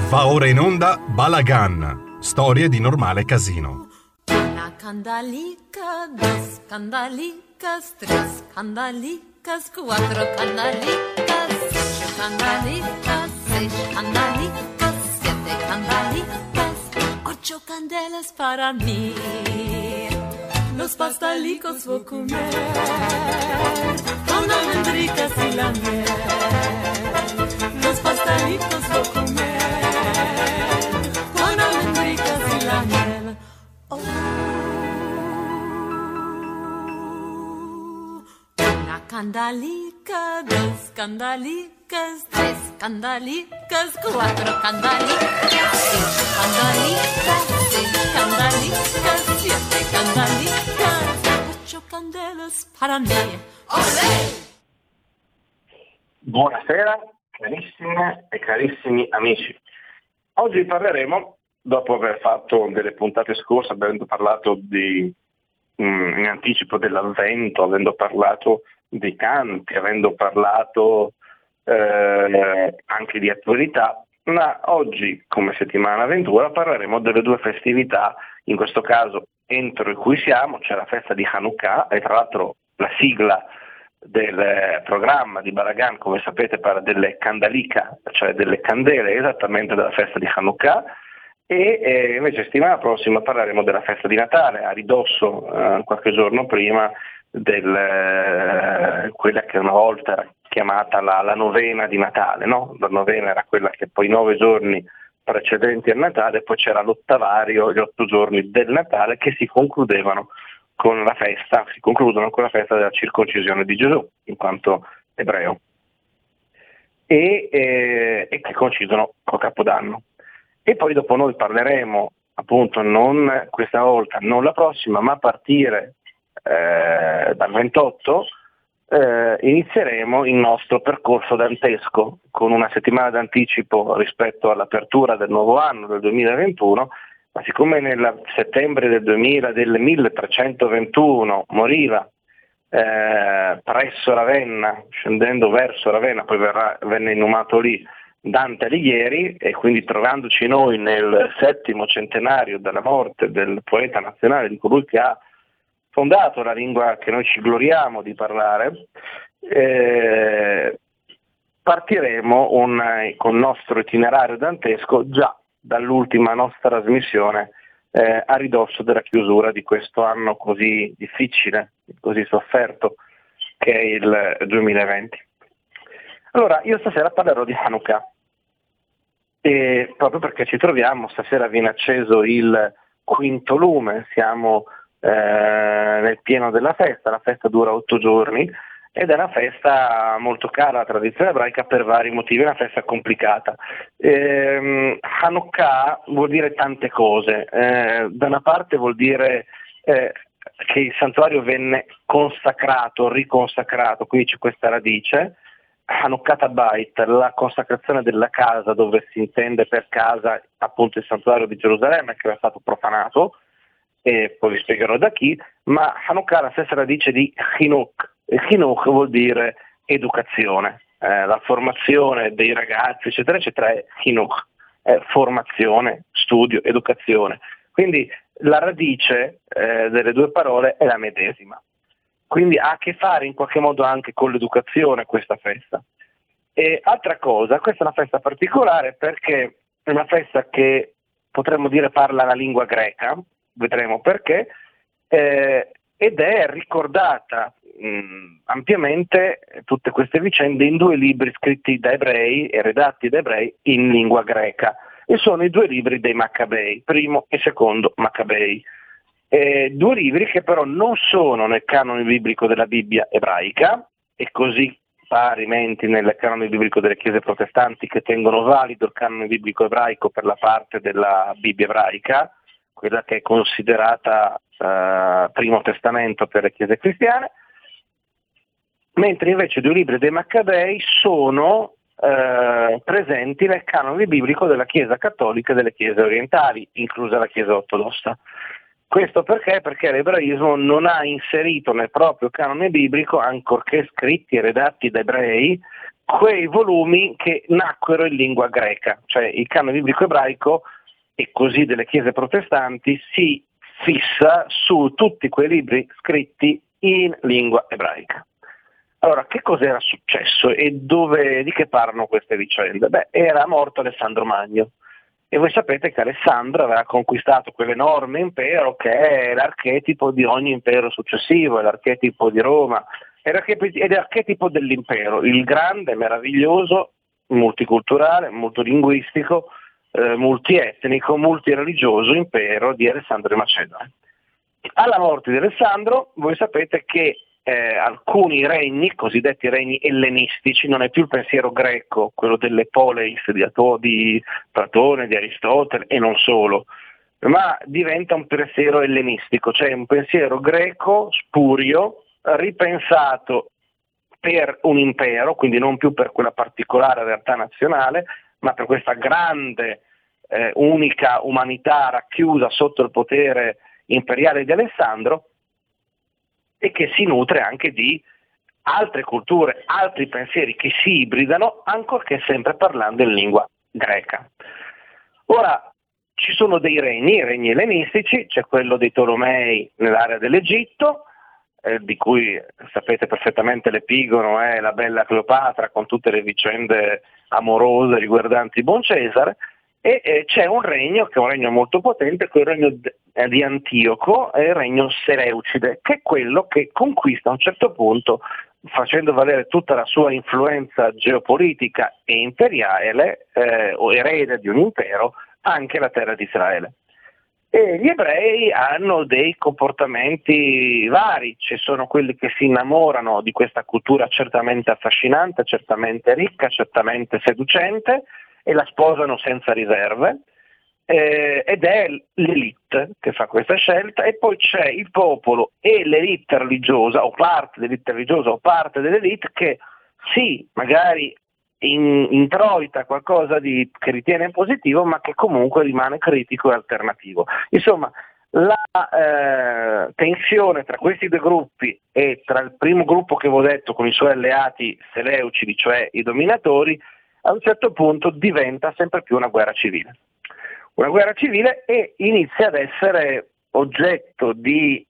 Va ora in onda Balagan, storie di Normale Casino. Una candalica, dos candalicas, tres candalicas, cuatro candalicas, cinco candalicas, seis candalicas, siete candalicas, ocho candelas para mí. Los pastalicos voy a comer con almendricas y la miel. Los pastelitos voy a comer con almendricas y la miel. Oh. Una candalica, dos candalicas, tres candalicas, cuatro candalicas, cinco candalicas, seis candalicas, siete candalicas, ocho candelas para mí. ¡Olé! Buonasera carissime e carissimi amici. Oggi parleremo, dopo aver fatto delle puntate scorse, avendo parlato in anticipo dell'avvento, avendo parlato dei canti, avendo parlato anche di attualità, ma oggi, come settimana avventura, parleremo delle due festività, in questo caso entro cui siamo, c'è la festa di Hanukkah, e tra l'altro la sigla del programma di Balagan, come sapete, parla delle candalica, cioè delle candele esattamente della festa di Hanukkah, e invece settimana prossima parleremo della festa di Natale, a ridosso, qualche giorno prima, quella che una volta era chiamata la novena di Natale, no? La novena era quella che poi 9 giorni precedenti al Natale, poi c'era l'ottavario, gli 8 giorni del Natale, che si concludono con la festa della circoncisione di Gesù, in quanto ebreo, e che coincidono col Capodanno. E poi dopo noi parleremo, appunto, non questa volta, non la prossima, ma a partire dal 28 inizieremo il nostro percorso dantesco con una settimana d'anticipo rispetto all'apertura del nuovo anno, del 2021, ma siccome nel settembre del 1321 moriva presso Ravenna, scendendo verso Ravenna, poi venne inumato lì Dante Alighieri, e quindi trovandoci noi nel 7° centenario della morte del poeta nazionale, di colui che ha fondato la lingua che noi ci gloriamo di parlare, partiremo con il nostro itinerario dantesco già dall'ultima nostra trasmissione a ridosso della chiusura di questo anno così difficile, così sofferto, che è il 2020. Allora, io stasera parlerò di Hanukkah, e proprio perché ci troviamo, stasera viene acceso il 5° lume, siamo nel pieno della festa. La festa dura 8 giorni ed è una festa molto cara alla tradizione ebraica per vari motivi, è una festa complicata. Hanukkah vuol dire tante cose, da una parte vuol dire che il santuario venne consacrato, riconsacrato, quindi c'è questa radice. Hanukkat Habayit, la consacrazione della casa, dove si intende per casa appunto il santuario di Gerusalemme, che era stato profanato, e poi vi spiegherò da chi, ma Hanukkah ha la stessa radice di Chinuch, e Chinuch vuol dire educazione, la formazione dei ragazzi eccetera eccetera è Chinuch, formazione, studio, educazione, quindi la radice delle due parole è la medesima, quindi ha a che fare in qualche modo anche con l'educazione questa festa. E altra cosa, questa è una festa particolare perché è una festa che potremmo dire parla la lingua greca, vedremo perché, ed è ricordata ampiamente tutte queste vicende in 2 libri scritti da ebrei e redatti da ebrei in lingua greca, e sono i 2 libri dei Maccabei, primo e secondo Maccabei. 2 libri che però non sono nel canone biblico della Bibbia ebraica, e così parimenti nel canone biblico delle chiese protestanti, che tengono valido il canone biblico ebraico per la parte della Bibbia ebraica, quella che è considerata primo testamento per le chiese cristiane, mentre invece 2 libri dei Maccabei sono presenti nel canone biblico della Chiesa cattolica e delle chiese orientali, inclusa la Chiesa ortodossa. Questo perché? Perché l'ebraismo non ha inserito nel proprio canone biblico, ancorché scritti e redatti da ebrei, quei volumi che nacquero in lingua greca, cioè il canone biblico ebraico, e così delle chiese protestanti, si fissa su tutti quei libri scritti in lingua ebraica. Allora, che cos'era successo e di che parlano queste vicende? Beh, era morto Alessandro Magno, e voi sapete che Alessandro aveva conquistato quell'enorme impero che è l'archetipo di ogni impero successivo, è l'archetipo di Roma, è l'archetipo dell'impero, il grande, meraviglioso, multiculturale, multilinguistico, multietnico, multireligioso impero di Alessandro di Macedonia. Alla morte di Alessandro, voi sapete che alcuni regni, cosiddetti regni ellenistici, non è più il pensiero greco, quello delle poleis di Platone, di Aristotele e non solo, ma diventa un pensiero ellenistico, cioè un pensiero greco spurio, ripensato per un impero, quindi non più per quella particolare realtà nazionale, ma per questa grande, unica umanità racchiusa sotto il potere imperiale di Alessandro, e che si nutre anche di altre culture, altri pensieri che si ibridano, ancorché sempre parlando in lingua greca. Ora, ci sono dei regni ellenistici, c'è quello dei Tolomei nell'area dell'Egitto, di cui sapete perfettamente l'epigono è la bella Cleopatra con tutte le vicende amorose riguardanti Buon Cesare, e c'è un regno che è un regno molto potente, che è il regno di Antioco, è il regno Seleucide, che è quello che conquista a un certo punto, facendo valere tutta la sua influenza geopolitica e imperiale, o erede di un impero, anche la terra di Israele. E gli ebrei hanno dei comportamenti vari, ci sono quelli che si innamorano di questa cultura certamente affascinante, certamente ricca, certamente seducente, e la sposano senza riserve, ed è l'elite che fa questa scelta, e poi c'è il popolo e l'elite religiosa, o parte dell'elite religiosa, o parte dell'elite che sì, magari introita qualcosa che ritiene positivo, ma che comunque rimane critico e alternativo. Insomma, la tensione tra questi due gruppi e tra il primo gruppo che avevo detto con i suoi alleati seleucidi, cioè i dominatori, a un certo punto diventa sempre più una guerra civile. Una guerra civile, e inizia ad essere oggetto di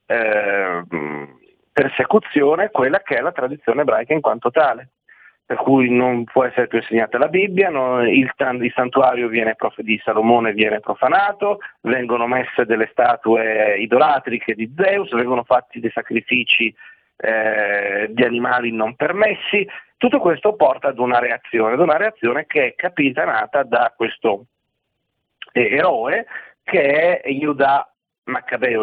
persecuzione quella che è la tradizione ebraica in quanto tale, per cui non può essere più insegnata la Bibbia, il santuario di Salomone viene profanato, vengono messe delle statue idolatriche di Zeus, vengono fatti dei sacrifici di animali non permessi. Tutto questo porta ad una reazione che è capitanata da questo eroe che è Giuda Maccabeo,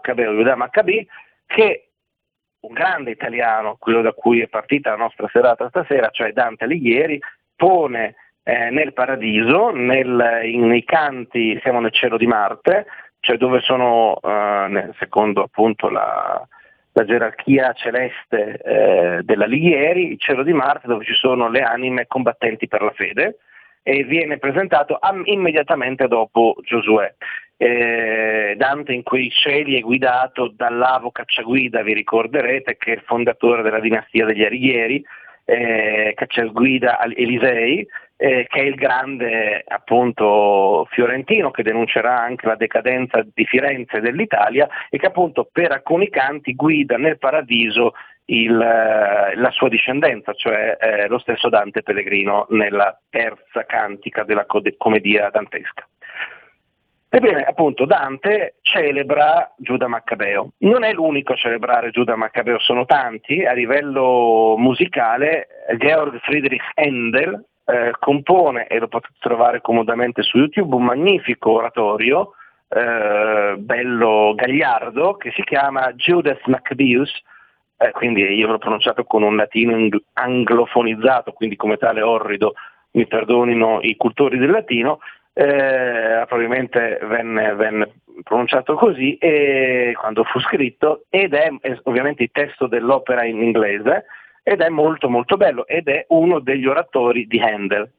che un grande italiano, quello da cui è partita la nostra serata stasera, cioè Dante Alighieri, pone nel paradiso, nei canti Siamo nel cielo di Marte, cioè dove sono, secondo appunto la gerarchia celeste dell'Alighieri, il cielo di Marte, dove ci sono le anime combattenti per la fede, e viene presentato immediatamente dopo Giosuè. Dante in quei cieli è guidato dall'Avo Cacciaguida, vi ricorderete, che è il fondatore della dinastia degli Alighieri, Cacciaguida Elisei, che è il grande appunto fiorentino che denuncerà anche la decadenza di Firenze e dell'Italia, e che appunto per alcuni canti guida nel paradiso la sua discendenza, cioè lo stesso Dante Pellegrino nella terza cantica della commedia dantesca. Ebbene, appunto, Dante celebra Giuda Maccabeo. Non è l'unico a celebrare Giuda Maccabeo, sono tanti. A livello musicale, Georg Friedrich Händel compone, e lo potete trovare comodamente su YouTube, un magnifico oratorio, bello gagliardo, che si chiama Judas Maccabeus, quindi io l'ho pronunciato con un latino anglofonizzato, quindi come tale orrido, mi perdonino i cultori del latino. Probabilmente venne pronunciato così quando fu scritto, ed è ovviamente il testo dell'opera in inglese, ed è molto molto bello, ed è uno degli oratori di Handel.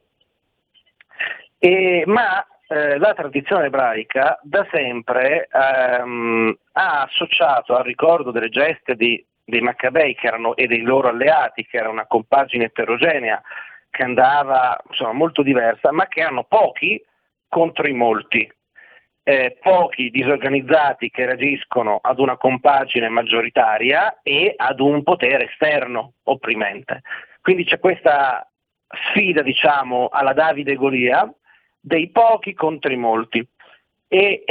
Ma la tradizione ebraica da sempre ha associato al ricordo delle geste dei Maccabei e dei loro alleati, che era una compagine eterogenea che andava insomma molto diversa, ma che erano pochi contro i molti. Pochi disorganizzati che reagiscono ad una compagine maggioritaria e ad un potere esterno opprimente. Quindi c'è questa sfida, diciamo, alla Davide e Golia, dei pochi contro i molti. E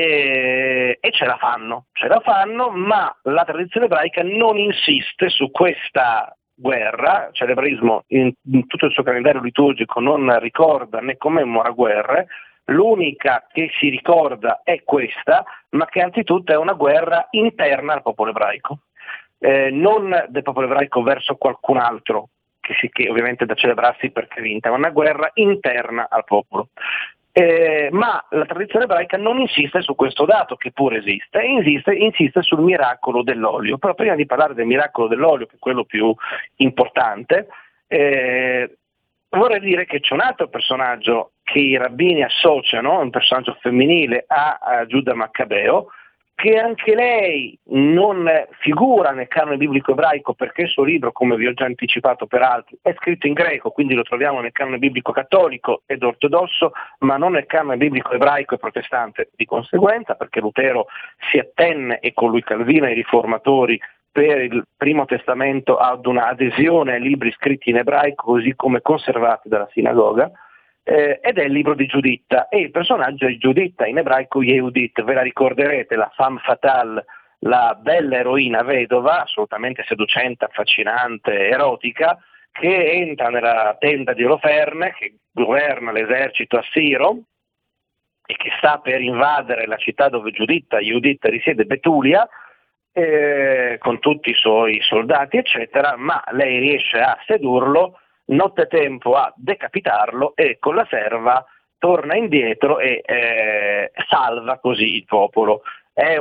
ce la fanno, ma la tradizione ebraica non insiste su questa guerra, cioè l'ebraismo in tutto il suo calendario liturgico non ricorda né commemora guerre. L'unica che si ricorda è questa, ma che anzitutto è una guerra interna al popolo ebraico, non del popolo ebraico verso qualcun altro, che ovviamente è da celebrarsi perché vinta, ma una guerra interna al popolo. Ma la tradizione ebraica non insiste su questo dato, che pure esiste, insiste sul miracolo dell'olio. Però prima di parlare del miracolo dell'olio, che è quello più importante, vorrei dire che c'è un altro personaggio che i rabbini associano, un personaggio femminile, a Giuda Maccabeo, che anche lei non figura nel canone biblico ebraico perché il suo libro, come vi ho già anticipato peraltro, è scritto in greco, quindi lo troviamo nel canone biblico cattolico ed ortodosso, ma non nel canone biblico ebraico e protestante di conseguenza, perché Lutero si attenne, e con lui Calvino e i riformatori, per il Primo Testamento ad una adesione ai libri scritti in ebraico così come conservati dalla sinagoga, ed è il libro di Giuditta, e il personaggio è Giuditta, in ebraico Yehudit, ve la ricorderete, la femme fatale, la bella eroina vedova, assolutamente seducente, affascinante, erotica, che entra nella tenda di Oloferne, che governa l'esercito assiro e che sta per invadere la città dove Yehudit risiede, Betulia, con tutti i suoi soldati eccetera, ma lei riesce a sedurlo, nottetempo a decapitarlo e con la serva torna indietro e salva così il popolo. È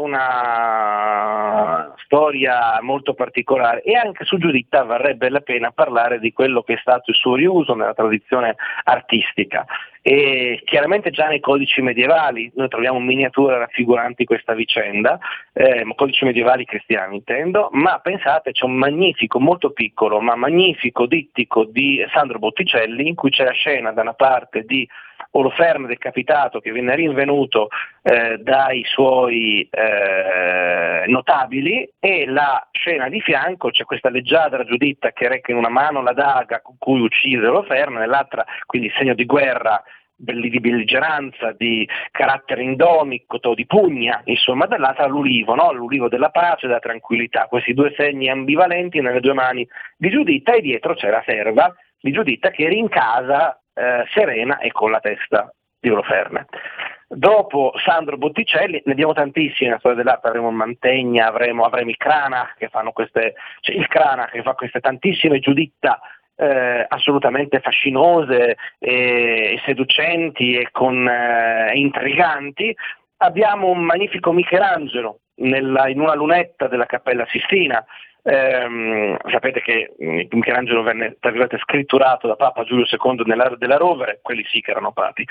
una storia molto particolare, e anche su Giuditta varrebbe la pena parlare di quello che è stato il suo riuso nella tradizione artistica. E chiaramente già nei codici medievali noi troviamo miniature raffiguranti questa vicenda, codici medievali cristiani intendo, ma pensate, c'è un magnifico, molto piccolo ma magnifico dittico di Sandro Botticelli in cui c'è la scena da una parte di Oloferne decapitato che viene rinvenuto dai suoi notabili, e la scena di fianco c'è questa leggiadra Giuditta che reca in una mano la daga con cui uccise Oloferne, nell'altra quindi segno di guerra, di belligeranza, di carattere indomito, di pugna, insomma, dall'altra l'ulivo, no? L'ulivo della pace, della tranquillità, questi due segni ambivalenti nelle due mani di Giuditta, e dietro c'è la serva di Giuditta che rincasa serena e con la testa di Oloferne. Dopo Sandro Botticelli ne abbiamo tantissimi nella storia dell'arte, avremo Mantegna, avremo il Cranach che fanno il Cranach che fa queste tantissime Giuditta assolutamente fascinose e seducenti e intriganti. Abbiamo un magnifico Michelangelo in una lunetta della Cappella Sistina. Sapete che Michelangelo venne tra virgolette scritturato da Papa Giulio II nell'area della Rovere, quelli sì che erano papi.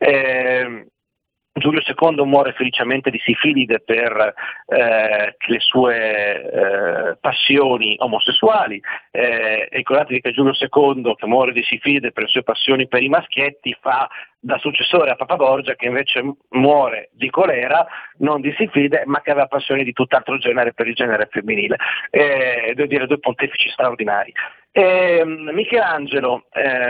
Giulio II muore felicemente di sifilide per le sue passioni omosessuali. Ricordatevi che Giulio II, che muore di sifilide per le sue passioni per i maschietti, fa da successore a Papa Borgia, che invece muore di colera, non di sifilide, ma che aveva passioni di tutt'altro genere per il genere femminile. Devo dire, due pontefici straordinari. Michelangelo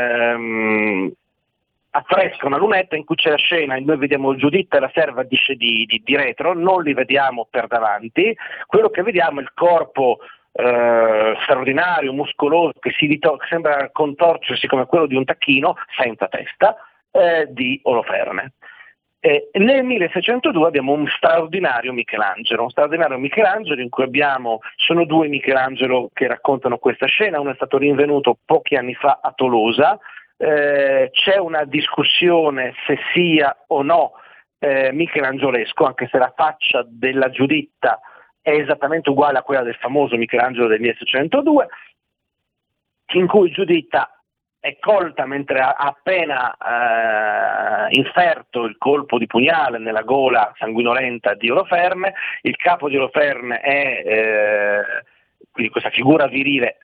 affresca una lunetta in cui c'è la scena, noi vediamo Giuditta e la serva di retro, non li vediamo per davanti, quello che vediamo è il corpo straordinario, muscoloso, che sembra contorcersi come quello di un tacchino, senza testa, di Oloferne. Nel 1602 abbiamo un straordinario Michelangelo in cui sono due Michelangelo che raccontano questa scena, uno è stato rinvenuto pochi anni fa a Tolosa. C'è una discussione se sia o no michelangiolesco, anche se la faccia della Giuditta è esattamente uguale a quella del famoso Michelangelo del 1602, in cui Giuditta è colta mentre ha appena inferto il colpo di pugnale nella gola sanguinolenta di Oloferne. Il capo di Oloferne è quindi questa figura virile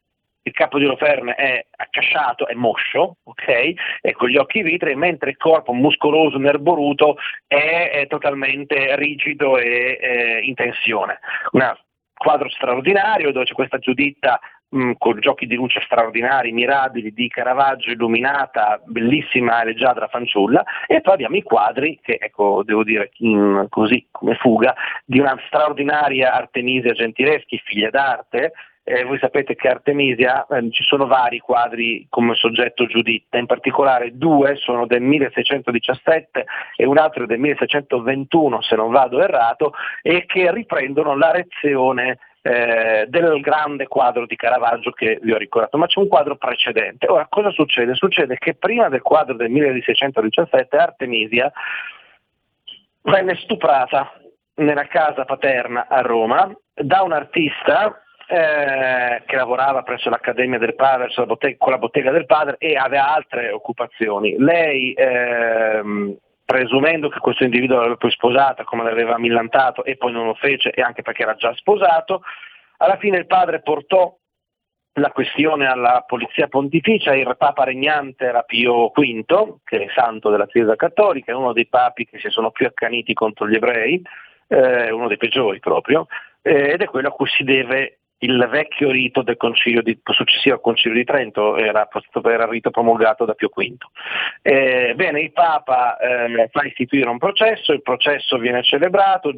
il capo di Oloferne è accasciato, è moscio, ok? E con gli occhi vitrei, mentre il corpo muscoloso, nerboruto è totalmente rigido e in tensione. Un quadro straordinario dove c'è questa Giuditta con giochi di luce straordinari, mirabili, di Caravaggio, illuminata, bellissima leggiadra fanciulla, e poi abbiamo i quadri che, ecco, devo dire così come fuga, di una straordinaria Artemisia Gentileschi, figlia d'arte. Voi sapete che Artemisia ci sono vari quadri come soggetto Giuditta, in particolare 2 sono del 1617 e un altro del 1621, se non vado errato, e che riprendono la lezione del grande quadro di Caravaggio che vi ho ricordato, ma c'è un quadro precedente. Ora, cosa succede? Succede che prima del quadro del 1617 Artemisia venne stuprata nella casa paterna a Roma da un artista che lavorava presso l'Accademia del Padre, con la bottega del padre, e aveva altre occupazioni. Lei, presumendo che questo individuo l'aveva poi sposata come l'aveva millantato, e poi non lo fece, e anche perché era già sposato, alla fine il padre portò la questione alla polizia pontificia. Il Papa regnante era Pio V, che è santo della Chiesa Cattolica, è uno dei papi che si sono più accaniti contro gli ebrei, uno dei peggiori proprio, ed è quello a cui si deve il vecchio rito del successivo al Concilio di Trento, era il rito promulgato da Pio V. Bene, il Papa fa istituire un processo, il processo viene celebrato,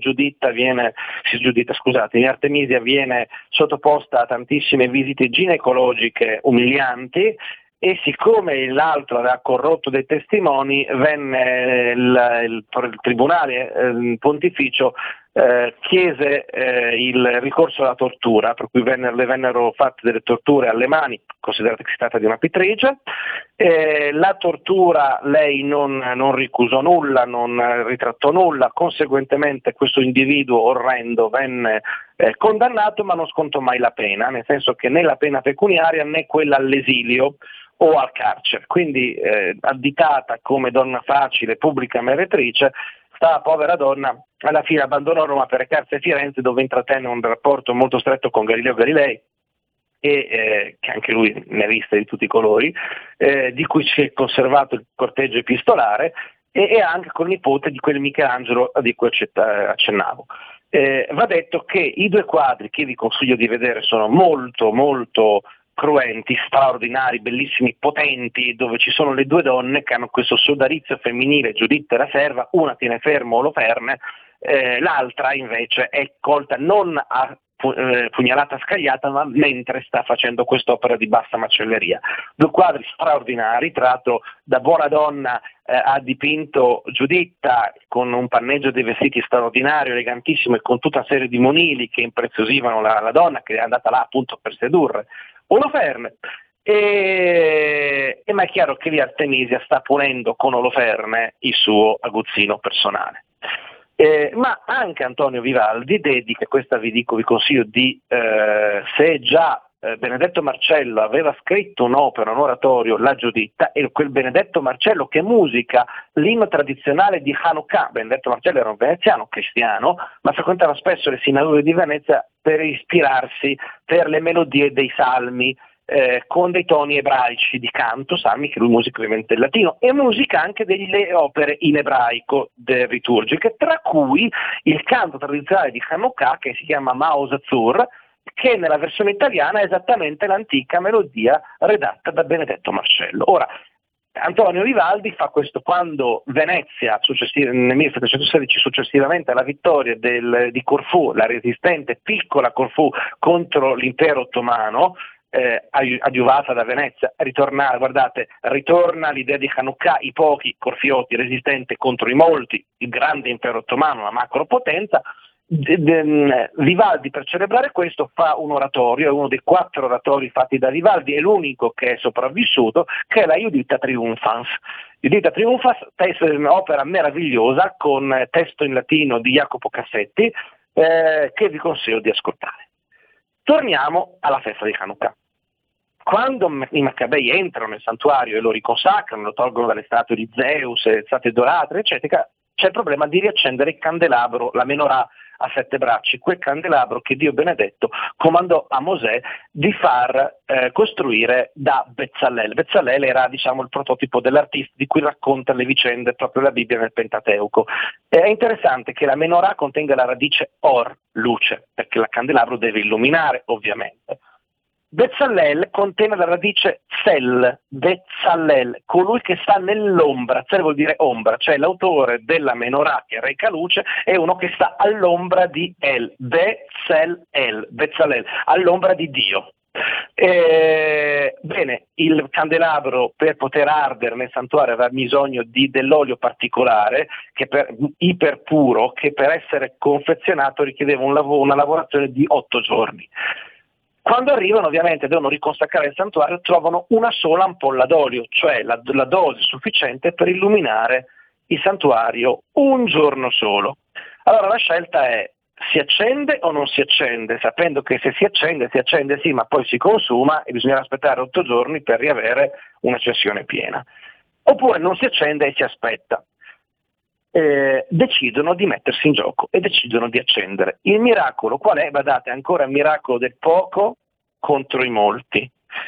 Artemisia viene sottoposta a tantissime visite ginecologiche umilianti, e siccome l'altro aveva corrotto dei testimoni, venne il tribunale pontificio chiese il ricorso alla tortura, per cui le vennero fatte delle torture alle mani, considerate che si tratta di una pittrice. La tortura lei non ricusò nulla, non ritrattò nulla, conseguentemente questo individuo orrendo venne condannato, ma non scontò mai la pena, nel senso che né la pena pecuniaria né quella all'esilio o al carcere. Quindi additata come donna facile, pubblica meretrice, sta povera donna alla fine abbandonò Roma per recarsi a Firenze, dove intrattenne un rapporto molto stretto con Galileo Galilei, che anche lui ne ha viste di tutti i colori, di cui si è conservato il corteggio epistolare, e anche con il nipote di quel Michelangelo di cui accennavo. Va detto che i 2 quadri che vi consiglio di vedere sono molto molto cruenti, straordinari, bellissimi, potenti, dove ci sono le 2 donne che hanno questo sodalizio femminile, Giuditta e la serva, una tiene fermo Oloferne, l'altra invece è colta non a pugnalata scagliata, ma mentre sta facendo quest'opera di bassa macelleria. 2 quadri straordinari. Tra l'altro da buona donna ha dipinto Giuditta con un panneggio dei vestiti straordinario, elegantissimo, e con tutta una serie di monili che impreziosivano la donna, che è andata là appunto per sedurre Oloferne. Ma è chiaro che lì Artemisia sta punendo con Oloferne il suo aguzzino personale. Ma anche Antonio Vivaldi dedica, questa vi consiglio di, se già Benedetto Marcello aveva scritto un'opera, un oratorio, La Giuditta, e quel Benedetto Marcello che musica l'inno tradizionale di Hanukkah. Benedetto Marcello era un veneziano cristiano, ma frequentava spesso le sinagoghe di Venezia per ispirarsi per le melodie dei salmi, con dei toni ebraici di canto, salmi che lui musica ovviamente in latino, e musica anche delle opere in ebraico liturgiche, tra cui il canto tradizionale di Hanukkah, che si chiama Maoz Azzur, che nella versione italiana è esattamente l'antica melodia redatta da Benedetto Marcello. Ora, Antonio Vivaldi fa questo quando Venezia, nel 1716, successivamente alla vittoria di Corfù, la resistente piccola Corfù contro l'impero ottomano, adiuvata da Venezia, ritorna l'idea di Hanukkah, i pochi corfioti, resistente contro i molti, il grande impero ottomano, la macropotenza. Vivaldi, per celebrare questo, fa un oratorio, è uno dei 4 oratori fatti da Vivaldi, è l'unico che è sopravvissuto, che è la Judita Triumphans. Judita Triumphans, opera meravigliosa con testo in latino di Jacopo Cassetti, che vi consiglio di ascoltare. Torniamo alla festa di Hanukkah. Quando i Maccabei entrano nel santuario e lo riconsacrano, lo tolgono dalle statue di Zeus, state dorate, eccetera, c'è il problema di riaccendere il candelabro, la menorah a 7 bracci, quel candelabro che Dio benedetto comandò a Mosè di far costruire da Bezzalel. Bezzalel era, diciamo, il prototipo dell'artista di cui racconta le vicende proprio la Bibbia nel Pentateuco. È interessante che la menorah contenga la radice or, luce, perché il candelabro deve illuminare, ovviamente. Bezzalel contiene la radice Sel, Bezzalel, colui che sta nell'ombra, Sel vuol dire ombra, cioè l'autore della menorah che reca luce è uno che sta all'ombra di El, Bezzalel, all'ombra di Dio. Bene, il candelabro per poter ardere nel santuario aveva bisogno dell'olio particolare, iperpuro, che per essere confezionato richiedeva una lavorazione di 8 giorni. Quando arrivano, ovviamente devono riconsacrare il santuario, trovano una sola ampolla d'olio, cioè la dose sufficiente per illuminare il santuario un giorno solo. Allora la scelta è: si accende o non si accende, sapendo che se si accende sì, ma poi si consuma e bisognerà aspettare 8 giorni per riavere un'accensione piena. Oppure non si accende e si aspetta. Decidono di mettersi in gioco e decidono di accendere. Il miracolo qual è? Badate, ancora il miracolo del poco contro i molti,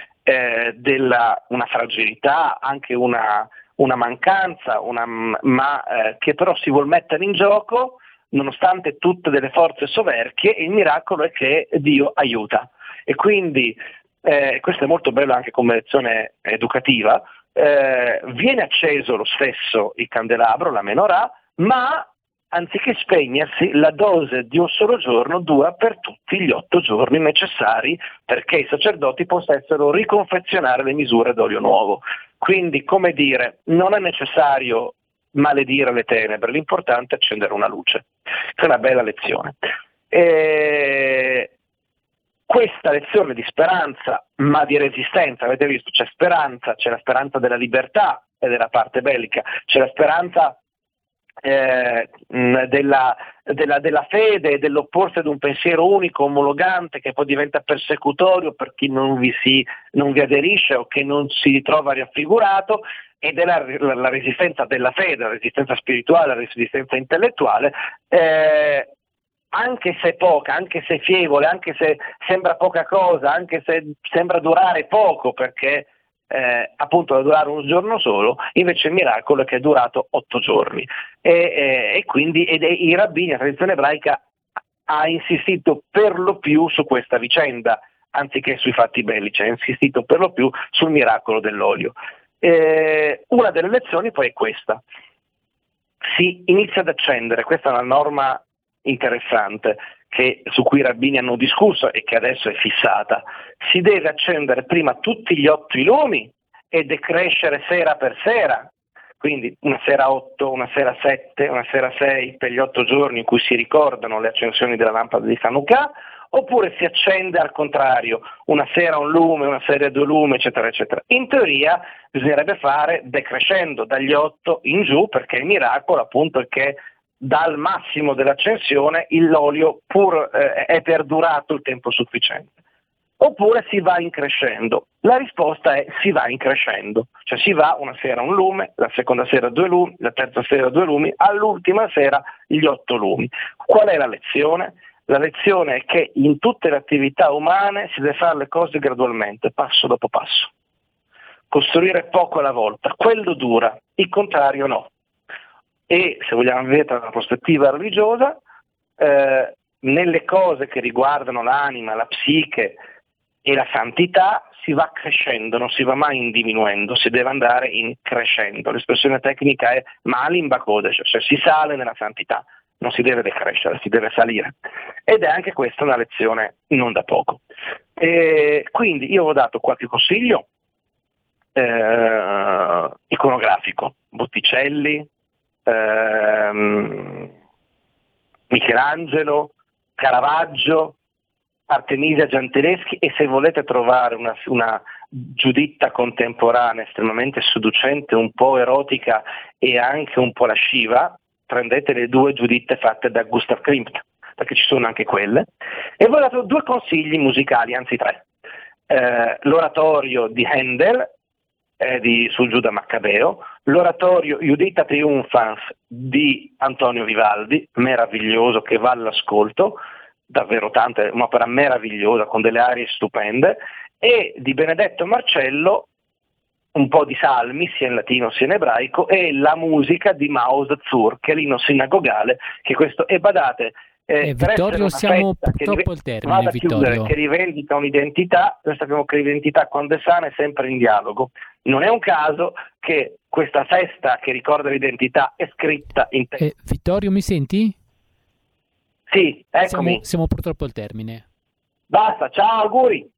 una fragilità, anche una mancanza, ma che però si vuol mettere in gioco nonostante tutte delle forze soverchie. Il miracolo è che Dio aiuta, e quindi questo è molto bello anche come lezione educativa. Viene acceso lo stesso il candelabro, la menorah, ma anziché spegnersi la dose di un solo giorno dura per tutti gli 8 giorni necessari perché i sacerdoti possano riconfezionare le misure d'olio nuovo. Quindi, come dire, non è necessario maledire le tenebre, l'importante è accendere una luce. È una bella lezione. Questa lezione di speranza, ma di resistenza, avete visto, c'è speranza, c'è la speranza della libertà e della parte bellica, c'è la speranza della fede e dell'opporsi ad un pensiero unico, omologante, che poi diventa persecutorio per chi non vi aderisce o che non si ritrova raffigurato, e della resistenza della fede, la resistenza spirituale, la resistenza intellettuale, anche se poca, anche se fievole, anche se sembra poca cosa, anche se sembra durare poco perché appunto da durare un giorno solo, invece il miracolo è che è durato 8 giorni e quindi i rabbini, la tradizione ebraica ha insistito per lo più su questa vicenda anziché sui fatti bellici, ha insistito per lo più sul miracolo dell'olio. Una delle lezioni poi è questa: si inizia ad accendere, questa è una norma interessante su cui i rabbini hanno discusso e che adesso è fissata. Si deve accendere prima tutti gli 8 i lumi e decrescere sera per sera, quindi una sera 8, una sera 7, una sera 6 per gli 8 giorni in cui si ricordano le accensioni della lampada di Hanukkah, oppure si accende al contrario, una sera un lume, una sera 2 lumi, eccetera, eccetera. In teoria bisognerebbe fare decrescendo dagli 8 in giù, perché il miracolo appunto è che dal massimo dell'accensione l'olio è perdurato il tempo sufficiente. Oppure si va increscendo. La risposta è: si va increscendo, cioè si va una sera un lume, la seconda sera 2 lumi, la terza sera 2 lumi, all'ultima sera gli 8 lumi. Qual è la lezione? La lezione è che in tutte le attività umane si deve fare le cose gradualmente, passo dopo passo. Costruire poco alla volta, quello dura, il contrario no. E se vogliamo vedere da una prospettiva religiosa, nelle cose che riguardano l'anima, la psiche e la santità si va crescendo, non si va mai diminuendo, si deve andare in crescendo. L'espressione tecnica è malim bakodesh, cioè si sale nella santità, non si deve decrescere, si deve salire. Ed è anche questa una lezione non da poco. Quindi io ho dato qualche consiglio iconografico: Botticelli, Michelangelo, Caravaggio, Artemisia Gentileschi, e se volete trovare una Giuditta contemporanea estremamente seducente, un po' erotica e anche un po' lasciva, prendete le 2 Giuditte fatte da Gustav Klimt, perché ci sono anche quelle. E vi ho dato 2 consigli musicali, anzi 3. L'oratorio di Handel, su Giuda Maccabeo, l'oratorio Iudita Triumphans di Antonio Vivaldi, meraviglioso, che va all'ascolto, davvero tante, un'opera meravigliosa con delle arie stupende, e di Benedetto Marcello un po' di salmi sia in latino sia in ebraico, e la musica di Maoz Tzur, che è l'inno sinagogale, che questo, e badate, Vittorio, siamo purtroppo al termine, Vittorio. Che rivendica un'identità. Noi sappiamo che l'identità, quando è sana, è sempre in dialogo. Non è un caso che questa festa che ricorda l'identità è scritta in testo. Vittorio, mi senti? Sì, eccomi. Siamo purtroppo al termine. Basta, ciao, auguri.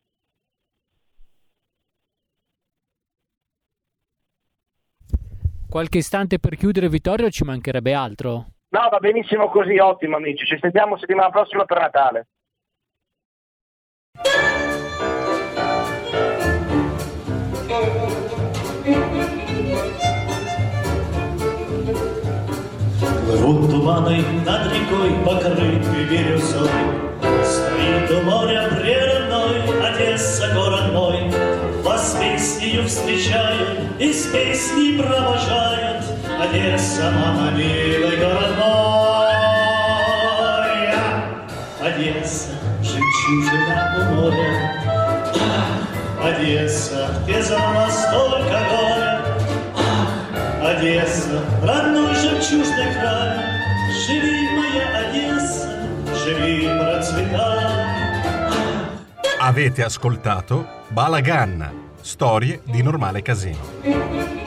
Qualche istante per chiudere, Vittorio, ci mancherebbe altro. No, va benissimo così, ottimo amici, ci sentiamo settimana prossima per Natale. Плывут туманы над рекой, покрытый бирюзой. Стоит у моря прерывной Одесса, город мой. Вас песнею встречают и с песней провожают. Одесса, мама, милый город мой. Одесса, жемчужина у моря. Одесса, где за нас столько горя. Одесса, родной жемчужный край. Живи, моя Одесса, живи, процветай. Avete ascoltato Balagan, storie di Normale Casino.